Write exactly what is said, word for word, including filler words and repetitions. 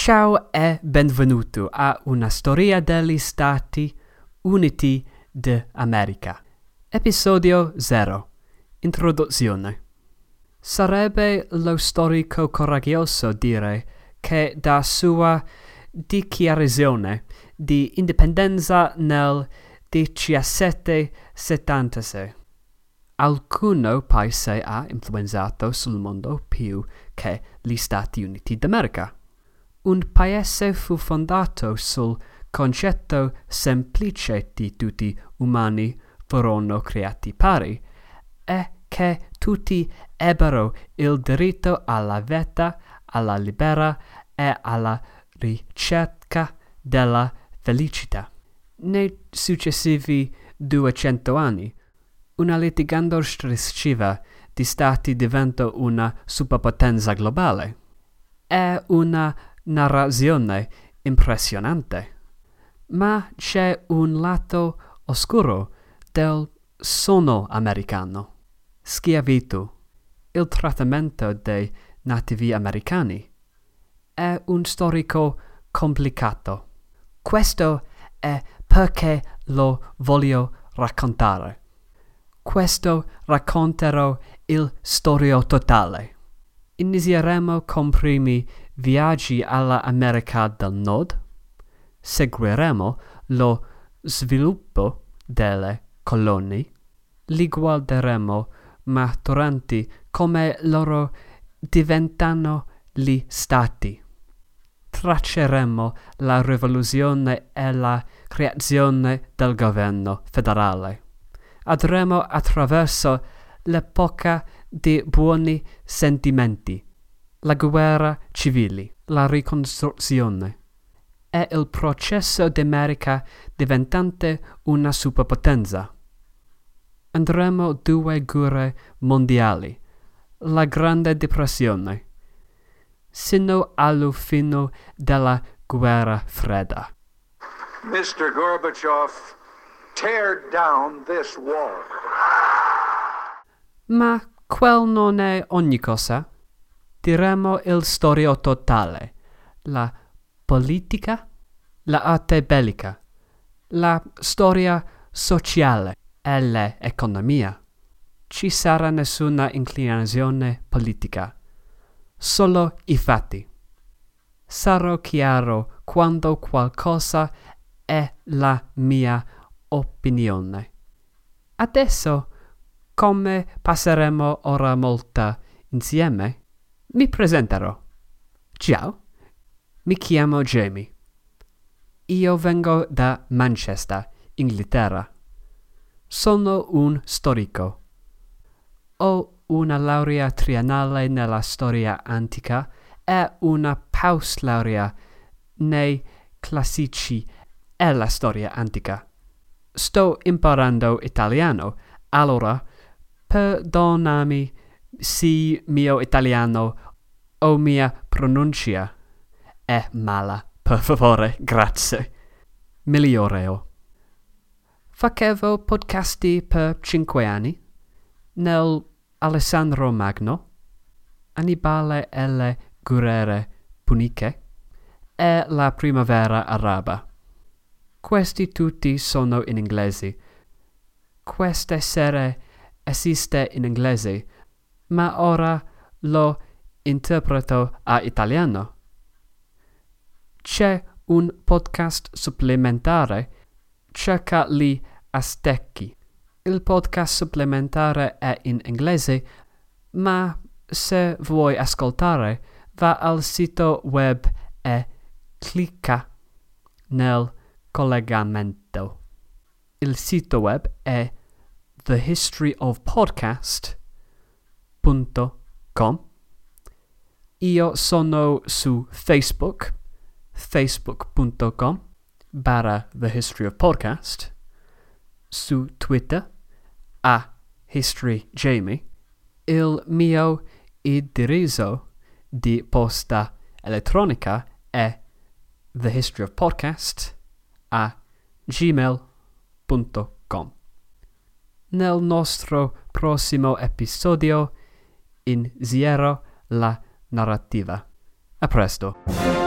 Ciao e benvenuto a una storia degli Stati Uniti d'America. Episodio zero. Introduzione. Sarebbe lo storico coraggioso dire che da sua dichiarazione di indipendenza nel millesettecentosettantasei alcun paese ha influenzato sul mondo più che gli Stati Uniti d'America. Un paese fu fondato sul concetto semplice di tutti umani furono creati pari e che tutti ebbero il diritto alla vita, alla libera e alla ricerca della felicità. Nei successivi duecento anni, una litigando strisciva di stati diventò una superpotenza globale. È una narrazione impressionante, ma c'è un lato oscuro del sogno americano. Schiavitù, il trattamento dei nativi americani. È un storico complicato. Questo è perché lo voglio raccontare. Questo racconterò il storio totale. Inizieremo con primi viaggi alla America del Nord. Seguiremo lo sviluppo delle colonie. Li guarderemo maturanti come loro diventano gli stati. Tracceremo la rivoluzione e la creazione del governo federale. Andremo attraverso l'epoca dei buoni sentimenti, la guerra civile, la ricostruzione e il processo d'America diventante una superpotenza. Andremo due guerre mondiali, la Grande Depressione, sino alla fine della Guerra Fredda. mister Gorbachev, tear down this wall. Ma quel non è ogni cosa. Diremo il storio totale, la politica, l'arte bellica, la storia sociale e l'economia. Ci sarà nessuna inclinazione politica, solo i fatti. Sarò chiaro quando qualcosa è la mia opinione. Adesso, come passeremo ora molta insieme, mi presenterò. Ciao, mi chiamo Jamie. Io vengo da Manchester, Inghilterra. Sono un storico. Ho una laurea triennale nella storia antica e una pauslaurea nei classici e la storia antica. Sto imparando italiano, allora perdonami se mio italiano o mia pronuncia è mala, per favore, grazie. Migliorerò. Facevo podcasti per cinque anni, nel Alessandro Magno, Annibale e le guerre puniche e la primavera araba. Questi tutti sono in inglese. Questa serie esiste in inglese, ma ora lo interpreto a italiano. C'è un podcast supplementare, Cerca gli Aztechi. Il podcast supplementare è in inglese, ma se vuoi ascoltare, va al sito web e clicca nel collegamento. Il sito web è the history of podcast punto com. Io sono su Facebook, facebook punto com barra The History of Podcast, su Twitter, a History Jamie. Il mio indirizzo di posta elettronica è The History of Podcast a gmail punto com. Nel nostro prossimo episodio inizierò la narrativa. A presto.